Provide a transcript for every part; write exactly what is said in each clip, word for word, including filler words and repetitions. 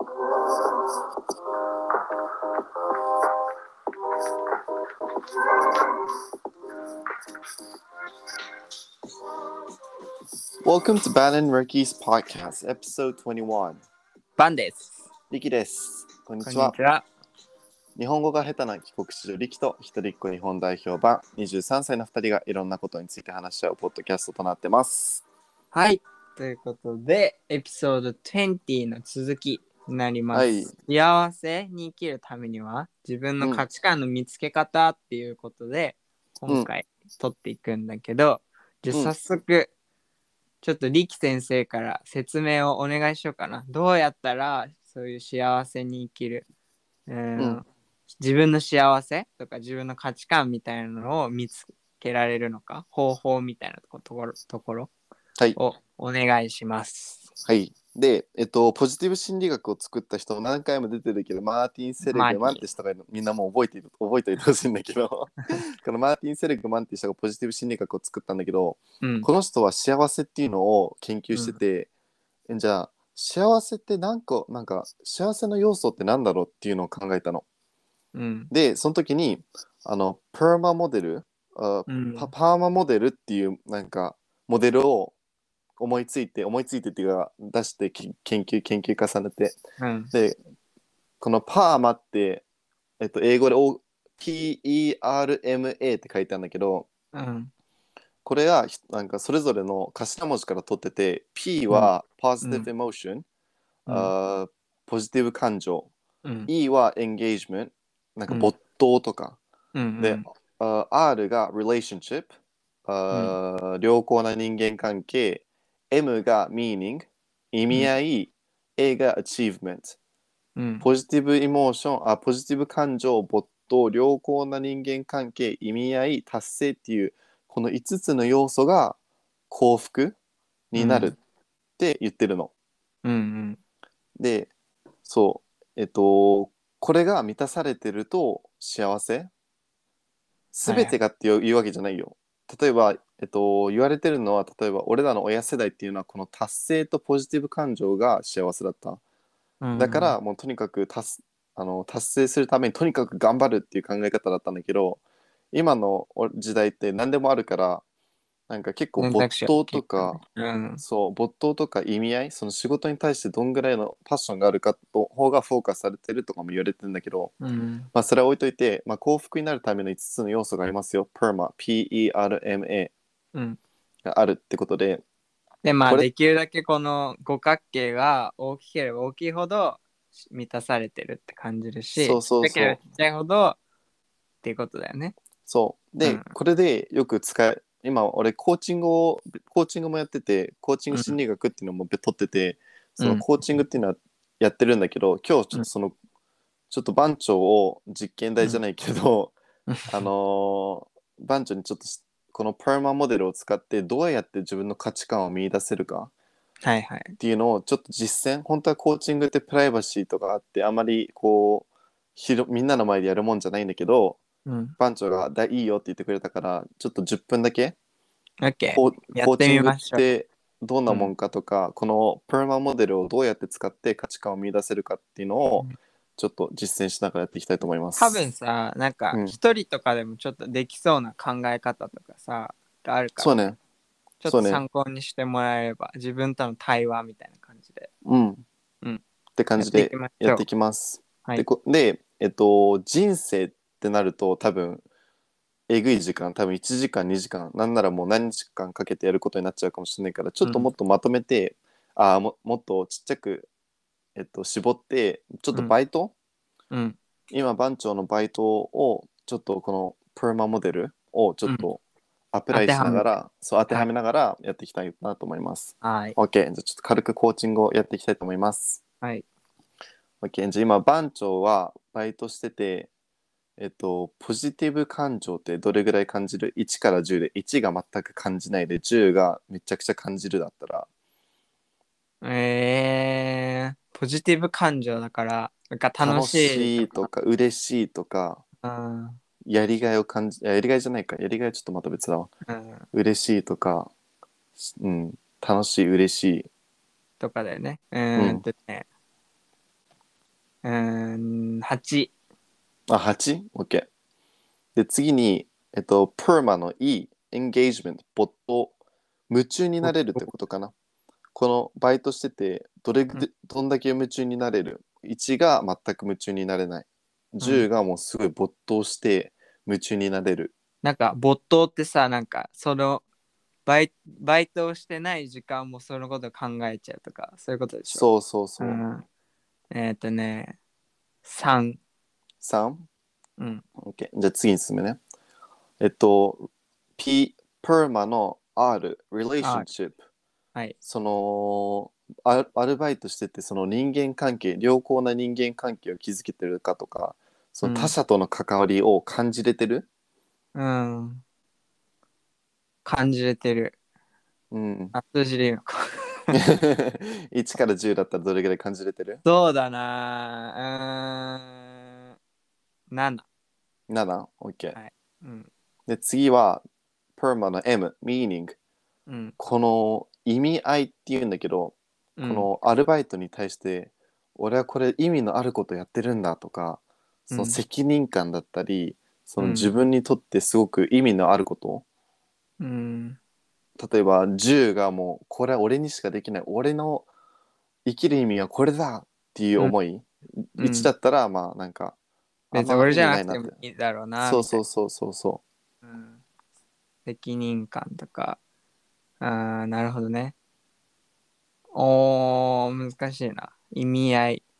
Welcome to Ban and Ricky's podcast, episode twenty-one. バンです。 リキです。こんにこんちは。 にちは。 日本語が下手な帰国子女リキと一人っ子日本代表版にじゅうさんさいのふたりがいろんなことについて話し合うポッドキャストとなってます。 はい。ということで、エピソードにじゅうの続きになります。 はい。 幸せに生きるためには自分の価値観の見つけ方っていうことで、うん、今回撮っていくんだけど、じゃあ早速、うんちょっとリキ先生から説明をお願いしようかな。どうやったらそういう幸せに生きる、うんうん、自分の幸せとか自分の価値観みたいなのを見つけられるのか、方法みたいなところ、ところをお願いします。 はい。はい、で、えっと、ポジティブ心理学を作った人何回も出てるけど、マーティン・セレグマンって人がみんなもう覚えている覚えておいてほしいんだけどこのマーティン・セレグマンって人がポジティブ心理学を作ったんだけど、うん、この人は幸せっていうのを研究してて、うん、じゃあ幸せって何個なんか幸せの要素って何だろうっていうのを考えたの、うん、でその時にあのパーマモデル、うん、パ, パーマモデルっていうなんかモデルを思いついて思いついてっていうか出して研究研究重ねて、うん、でこのパーマって、えっと、英語で ピーイーアールエムエー って書いてあるんだけど、うん、これがなんかそれぞれの頭文字から取ってて P は positive emotion、うんあポジティブ感情、うん、E は engagement なんか没頭とか、うん、で、うん、R が relationship、うん、良好な人間関係、M が meaning 意味合い、うん、A が achievement、うん、ポジティブエモーションあポジティブ感情没頭良好な人間関係意味合い達成っていうこのいつつの要素が幸福になるって言ってるの、うんうん、でそうえっとこれが満たされてると幸せ全てがっていう、はい、いうわけじゃないよ。例えば、えっと、言われてるのは例えば俺らの親世代っていうのはこの達成とポジティブ感情が幸せだった、うん、だからもうとにかく達あの達成するためにとにかく頑張るっていう考え方だったんだけど今の時代って何でもあるからなんか結構没頭とか、うん、そう没頭とか意味合いその仕事に対してどんぐらいのパッションがあるかの方がフォーカスされてるとかも言われてるんだけど、うんまあ、それは置いといて、まあ、幸福になるためのいつつの要素がありますよ ピーエムエー ピーイーアールエムエー があるってことで、 でまあできるだけこの五角形が大きければ大きいほど満たされてるって感じるし、 そうそうそう、 ちっちゃければちっちゃいほどっていうことだよね。 そうで、うん、これでよく使え今俺コーチングをコーチングもやっててコーチング心理学っていうのも取ってて、うん、そのコーチングっていうのはやってるんだけど今日ちょっとその、うん、ちょっと番長を実験台じゃないけど、うん、あのー、番長にちょっとこのパーマモデルを使ってどうやって自分の価値観を見出せるかっていうのをちょっと実践、本当はコーチングってプライバシーとかあってあまりこう広みんなの前でやるもんじゃないんだけど、うん、番長がだいいよって言ってくれたからちょっとじゅっぷんだけ、 okay、 コーチングってどんなもんかとか、うん、このパーマモデルをどうやって使って価値観を見出せるかっていうのをちょっと実践しながらやっていきたいと思います。 多分さなんか一人とかでもちょっとできそうな考え方とかさ、うん、があるから、ね、 そうねちょっと参考にしてもらえれば、ね、自分との対話みたいな感じでうん、うん、って感じでやっていきます。 はい、 で, でえっと人生ってなると多分えぐい時間多分いちじかんにじかんなんならもう何日間かけてやることになっちゃうかもしれないからちょっともっとまとめて、うん、あ も, もっとちっちゃく、えっと、絞ってちょっとバイト、うん、今番長のバイトをちょっとこのプーマモデルをちょっとアプライしながら、うん、そう当てはめながらやっていきたいなと思います。はい、OK じゃあちょっと軽くコーチングをやっていきたいと思います。 はい、 OK じゃあ今番長はバイトしててえっと、ポジティブ感情ってどれぐらい感じる ?いち からじゅうでいちが全く感じないでじゅうがめちゃくちゃ感じるだったらえー、ポジティブ感情だからなんか楽しいとか、楽しいとか嬉しいとか、うん、やりがいを感じやりがいじゃないかやりがいちょっとまた別だわ、うん、嬉しいとか、うん、楽しい嬉しいとかだよね。うーんとね、 うーん、はち。 あ、はち? OK。で、次に、えっと、パーマの E、エンゲージメント、没頭、夢中になれるってことかな。このバイトしてて、どれうん、 ぐどんだけ夢中になれる？ いち が全く夢中になれない。 うん。 じゅうがもうすごい没頭して夢中になれる。 なんか没頭ってさ、なんかそのバイ、バイトをしてない時間もそのこと考えちゃうとか、そういうことでしょ。 そうそうそう。 うん。えっ、ー、とね、さん。 さん? うん。 OK。じゃあ次に進むね。えっと、P、パーマの R、 あ、 relationship。 はい。 そのア、アルバイトしてて、その人間関係、良好な人間関係を築けてるかとか、その他うん。 者との関わりを感じれてる？ うん。感じれてる。 うん。 あ、数字でいいのか。 いちからじゅうだったらどれぐらい感じれてる？ そうだな。うーん。なな。 なな? OK。 はい。うん。 で、次は、パーマの M、meaning。 うん。 この意味合いっていうんだけど、こうん。 のアルバイトに対して、俺はこれ意味のあることやってるんだとか、そのうん。 責任感だったり、その自うん。 分にとってすごく意味のあること、 うん。 例えばじゅうがもうこれは俺にしかできない、俺の生きる意味はこれだっていううん。 思い。いちだうん。 ったらまあなんかあんま意別に俺じゃなくても味ないなって。 いいだろうな、 そうみたいそうそうそうそな。うん。責任感とか。ああ、なるほどね。おー、難しいな。意味合い。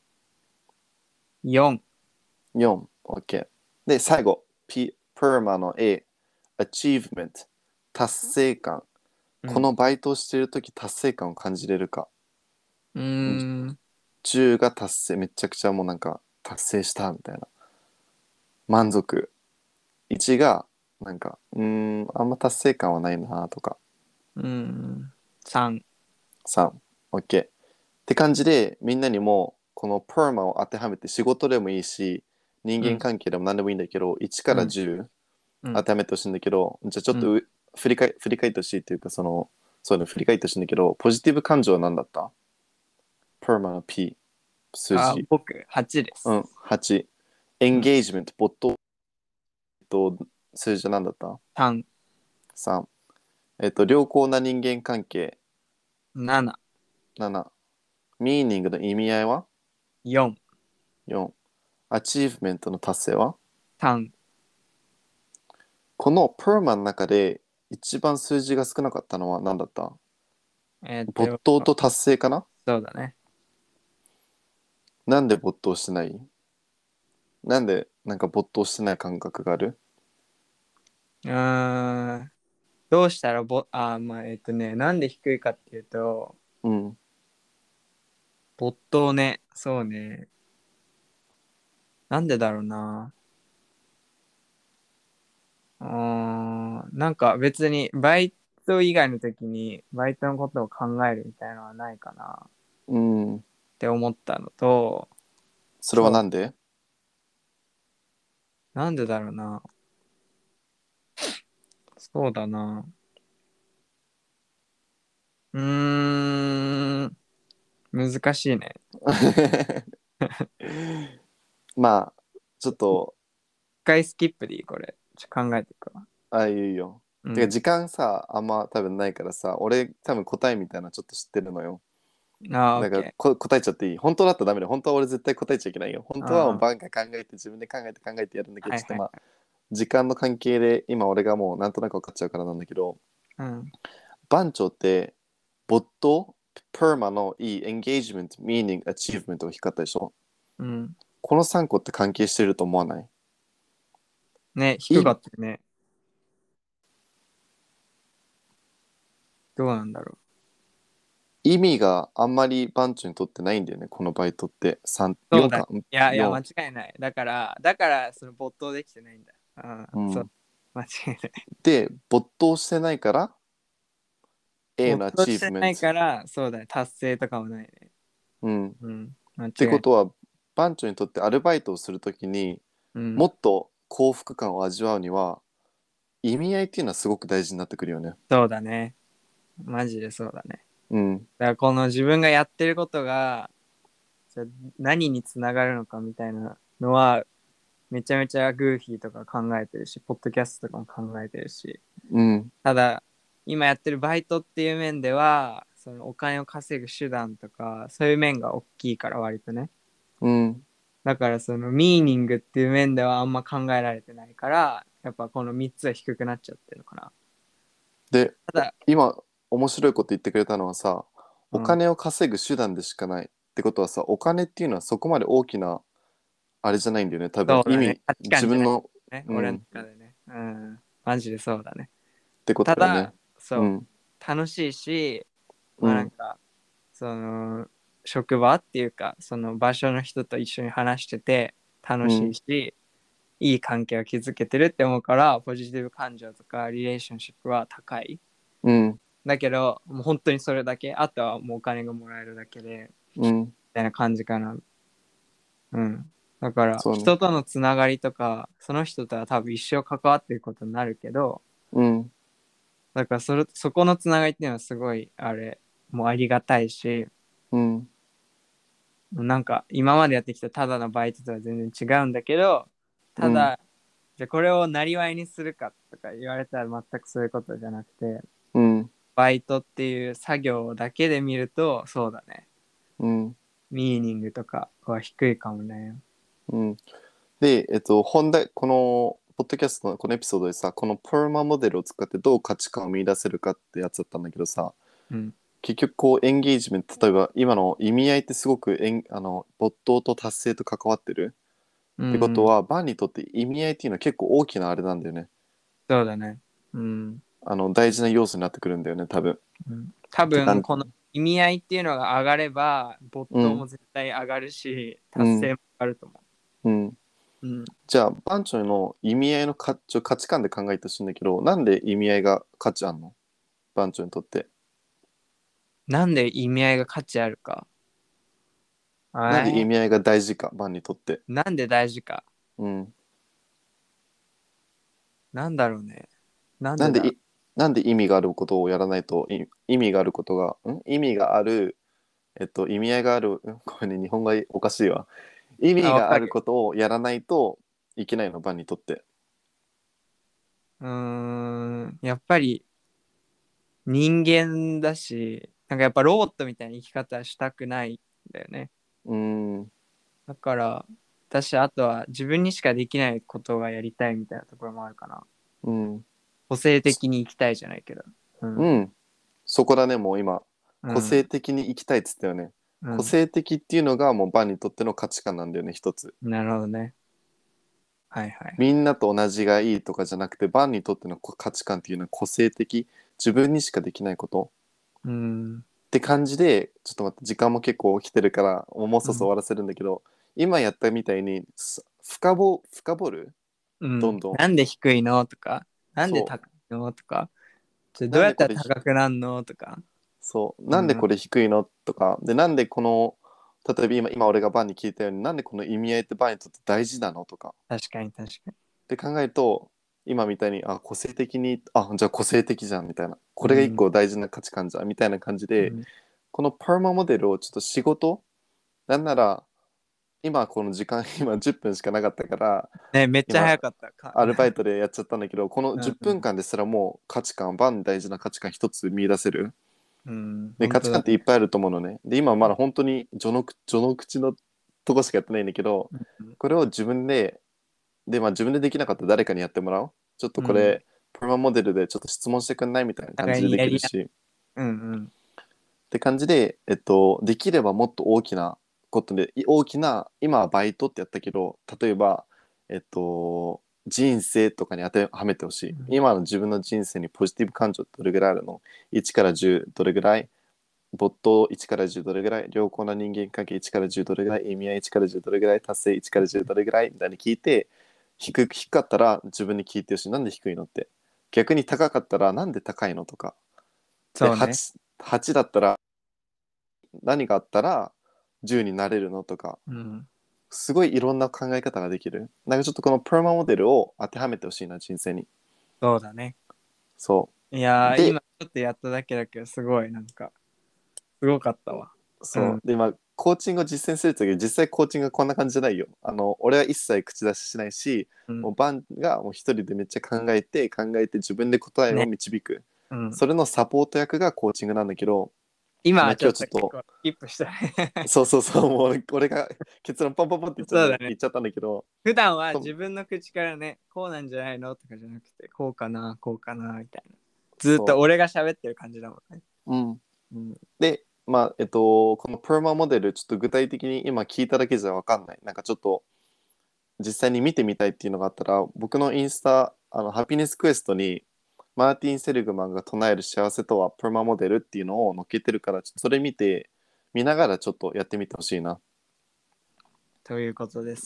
よん。 う。よん、OK。で、最後、P、パーマの A、achievement、達成感。 うん。 このバイトをしているとき達成感を感じれるか。 うーん。 じゅうが達成、めちゃくちゃもうなんか達成したみたいな。満足。いちがなんか、うーん、あんま達成感はないなとか。 うーん。さん。 さん、OK。って感じで、みんなにも、このパーマを当てはめて仕事でもいいし、人間うん。 関係でも何でもいいんだけど、いちからうん。 じゅううん。 当てはめてほしいんだけど、じゃあちょっうん。 とう振り返振り返ってほしいというか、その、そういうの振り返ってほしいんだけど、ポジティブ感情は何だった？パーマの P、数あ、 字。 僕、はちです。 うん、はち。エうん。 ンゲージメント、没頭と数字は何だった？ さん。 さん。えっと、良好な人間関係、 なな。 なな。ミーニングの意味合いは？ よん。 よん。アチーブメントの達成は？ さん。 このパーマの中で一番数字が少なかったのは何だった？ えーっ没と、 頭と達成かな？ そうだね。 なんで没頭してない？なんでなんか没頭してない感覚がある？ うーん。どうしたらぼ、あ、まあ、えーっとね、なんで低いかっていうと、 うん。 没頭ね。そうね。なんでだろうな。うーん。なんか別にバイト以外の時にバイトのことを考えるみたいなのはないかなうん。 って思ったのと、 それはそう。 なんで？ なんでだろうな。そうだな。うーん。難しいね。 まあ、ちょっと、 一回スキップでいいこれ。ちょ考えていくわ。 ああいうよ。てかうん。 時間さ、あんま多分ないからさ、俺多分答えみたいなのちょっと知ってるのよ。 ああ、オッだからケこ答えちゃっていい？本当だったらダメだよ。本当は俺絶対答えちゃいけないよ。本ー。 当はもうああ、 バンカー考えて自分で考えて考えてやるんだけど、 はいはい。 ちょっとまあ、時間の関係で今俺がもうなんとなく分かっちゃうからなんだけど、 うん。 番長って没頭、パーマのいいエンゲージメント、ミーニング、アチーブメントが光ったでしょ？ うん。 このさんこって関係してると思わない？ ね、低かいったよね。どうなんだろ意味があんまり番長にとってないんだよね、このバイトって。さん、 う。そうだ。 よんか、 いやいや、間よん。 違いない。だから、だから、その没頭できてないんだ。ああ、そう。 うん。 間違いない。 で、没頭してないから A 没のアチー頭してないブメント。 から、そうだね。達成とかもないね。 うん。っうん。間違いない。 てことは、番長にとってアルバイトをするときにうん。 もっと幸福感を味わうには、意味合いっていうのはすごく大事になってくるよね。 そうだね。マジでそうだね。 うん。 だからこの自分がやってることがじゃあ何につながるのかみたいなのはめちゃめちゃグーフィーとか考えてるし、ポッドキャストとかも考えてるし、 うん。 ただ今やってるバイトっていう面ではそのお金を稼ぐ手段とかそういう面が大きいから割とね。 うん。 だからそのミーニングっていう面ではあんま考えられてないからやっぱこのみっつは低くなっちゃってるのかな。 で、 ただ、 今、面白いこと言ってくれたのはさ、 うん、 お金を稼ぐ手段でしかないってことはさ、お金っていうのはそこまで大きな、あれじゃないんだよね。多分、 そうだね。 意味、 価値観じゃない自分の、 ね。俺のうん、っ中でね。うん。マジでそうだね。 てこただ、 とだよね。うそう、 ん、 楽しいし、 うん、 まあなんか、その、職場っていうか、その場所の人と一緒に話してて楽しいうん、 し、いい関係を築けてるって思うから、ポジティブ感情とかリレーションシップは高い。 うん、 だけど、もう本当にそれだけ、あとはもうお金がもらえるだけで、 うん、 みたいな感じかな。うん。だから、 そうね。 人とのつながりとか、その人とは多分一生関わっていくことになるけど、 うん、 だからそれ、そこのつながりっていうのはすごい、あれ、もうありがたいし、 うん、 なんか今までやってきたただのバイトとは全然違うんだけど、 うん、 ただ、じゃあこれをなりわいにするかとか言われたら全くそういうことじゃなくて、 うん、 バイトっていう作業だけで見ると、そうだね。 うん、 ミーニングとかは低いかもね。 うん。で、えっと、本題、この、ポッドキャストのこのエピソードでさ、このパーマモデルを使ってどう価値観を見出せるかってやつだったんだけどさ、 うん。 結局こうエンゲージメント、例えば今の意味合いってすごくエンあの没頭と達成と関わってるってことうん。 は、バンにとって意味合いっていうのは結構大きなあれなんだよね。 そうだね。うん。 あの大事な要素になってくるんだよね、多分。っうん、多て感じ。 分この意味合いっていうのが上がれば没うん、 頭も絶対上がるしうん、 達成も上がると思うん。 う。うん、 じゃあ、番長の意味合いの価値価値観で考えてほしいんだけど、なんで意味合いが価値あんの？番長にとって。 なんで意味合いが価値あるか。 なんで意えー、 味合いが大事か、番にとって。 なんで大事か。 うん。 なんだろうね。なんでだろなんでい、なんで意味があることをやらないと、い意味があることが、ん意味がある、えっと、意味合いがある、んごめんね、日本語おかしいわ。意う。あ、 味があるわかるよ。 ことをやらないといけないの、番にとって。 うーん、やっぱり人間だし、なんかやっぱロボットみたいな生き方したくないんだよね。 うーん、 だから私あとは自分にしかできないことがやりたいみたいなところもあるかな。 うん、 個性的に生きたいじゃないけど。うん。 うん。そこだね、もう今。個性うん。 的に生きたいっつったよね。個うん。 性的っていうのがもう番にとっての価値観なんだよね、一つ。 なるほどね。はいはい。 みんなと同じがいいとかじゃなくて、番にとっての価値観っていうのは個性的、自分にしかできないことうん。 って感じで、ちょっと待って、時間も結構来てるから、もうそろそろ終うん。 わらせるんだけど、今やったみたいに、す深ぼ、深掘るうん。 どんどん。 なんで低いのとか、なんでそ高いのとか、ちょう。なんどうやったらでこれひ、 高くなんのとか。 そう。 うん。 なんでこれ低いのとか、で、なんでこの、例えば今、今俺がバンに聞いたように、なんでこの意味合いってバンにとって大事なのとか、 確かに確かに。 って考えると、今みたいに、あ、個性的に、あ、じゃあ個性的じゃんみたいな。これが一うん。 個大事な価値観じゃんみたいな感じで、 うん。 このパーマモデルをちょっと仕事、なんなら、今この時間、今じゅっぷんしかなかったから、 ね、めっちゃ今、 早かったか。 アルバイトでやっちゃったんだけど、この10 うん。 分間ですらもう価値観、バン大事な価値観一つ見出せる。 うん。 で、価値観本当だね。 っていっぱいあると思うのね。で、今まだ本当に序の口、序の口のとこしかやってないんだけど、 うん。 これを自分で、で、まあ自分でできなかったら誰かにやってもらう。ちょっとうん。 これ、プロマモデルでちょっと質問してくんないみたいな感じでで互いにやりな。 きるし、 うんうん。 って感じで、えっと、できればもっと大きなことで、い大きな、今はバイトってやったけど、例えば、えっと、人生とかに当てはめてほしい。 うん。 今の自分の人生にポジティブ感情どれぐらいあるの？ いち からじゅうどれぐらい？没頭いちからじゅうどれぐらい？良好な人間関係いちからじゅうどれぐらい？意味合いいちからじゅうどれぐらい？達成いちからじゅうどれぐらいみたいに聞いて、低く低かったら自分に聞いてほしい。なんで低いのって。逆に高かったらなんで高いのとか。で、 そうね。 はち、はちだったら何があったらじゅうになれるのとか、 うん。 すごいいろんな考え方ができる。なんかちょっとこのプロマモデルを当てはめてほしいな、人生に。 そうだね。 そいやー、 う。で、 今ちょっとやっただけだけど、すごい、なんか、すごかったわ。うん。 そう。で、今、 コーチングを実践するとき実際コーチングがこんな感じじゃないよ。あの俺は一切口出ししないし、 うん、 もうバンがもう一人でめっちゃ考えて考えて自分で答えをね、 導く、 うん、 それのサポート役がコーチングなんだけど、まあ、 今はちょっ今日ちょっとと結構キープしたね。 そうそうそう、もう俺俺が結論ポンポンポンって言っちゃそうだね。 った言っちゃったんだけど、 普段はそ自分の口からね、こうなんじゃないのとかじゃなくて、こうかな、こうかな、みたいな。ずっとそ俺が喋ってる感じだもんね。 う、うん、 うん、 で、まあ、えっと、このプーマモデル、ちょっと具体的に今聞いただけじゃわかんない。なんかちょっと実際に見てみたいっていうのがあったら、僕のインスタ、あの、ハピネスクエストに、マーティン・セリグマンが唱える幸せとはプーマモデルっていうのを載っけてるから、ちょっとそれ見て、見ながらちょっとやってみてほしいな。 ということです。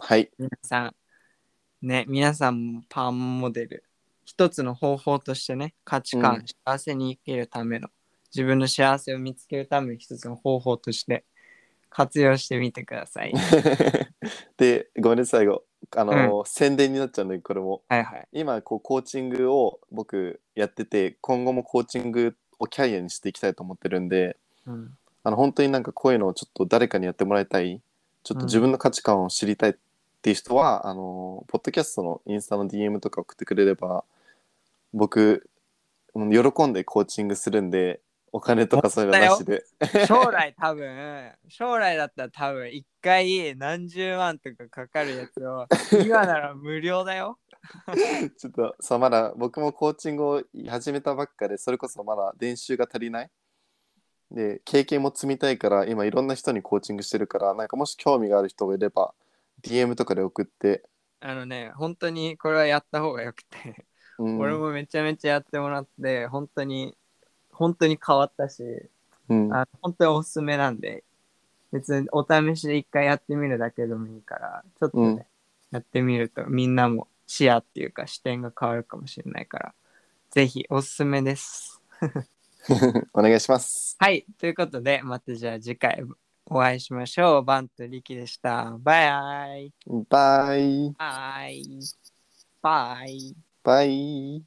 はい。 皆さん、ね、皆さんもパーマモデル、一つの方法としてね、価値観、 うん。 幸せに生きるための、自分の幸せを見つけるための一つの方法として活用してみてください。 で、ごめんなさい、最後。あうん。 の、宣伝になっちゃうんだけど、これも。 はいはい。 今、こう、コーチングを僕やってて、今後もコーチングをキャリアにしていきたいと思ってるんで、 うん。 あの、本当になんかこういうのをちょっと誰かにやってもらいたい、ちょっと自うん。 分の価値観を知りたいっていう人は、あの、ポッドキャストのインスタの ディーエム とか送ってくれれば、僕、うん喜んでコーチングするんで、お金とかそういうのだよ。 なしで。 将来多分、将来だったら多分、一回何十万とかかかるやつを、今なら無料だよ。 ちょっとさ、まだ僕もコーチングを始めたばっかで、それこそまだ練習が足りない。で、経験も積みたいから、今いろんな人にコーチングしてるから、なんかもし興味がある人がいれば、ディーエム とかで送って、 あのね、本当にこれはやった方がよくて、 うん、 俺もめちゃめちゃやってもらって、本当に、本当に変わったし、 うん、 あの本当におすすめなんで、別にお試しで一回やってみるだけでもいいから、ちょっうん。 とね、やってみるとみんなも視野っていうか視点が変わるかもしれないから、ぜひおすすめです。 お願いします。 はい、ということで、またじゃあ次回お会いしましょう。バンとリキでした。バイバイ。 バイ、 バイ。バイ。 バイ。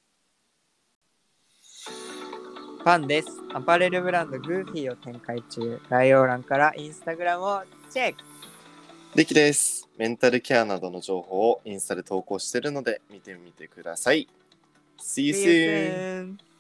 パンです。アパレルブランドグーフィーを展開中。概要欄からインスタグラムをチェック。 リキです。メンタルケアなどの情報をインスタで投稿しているので見てみてください。See you See you soon! soon!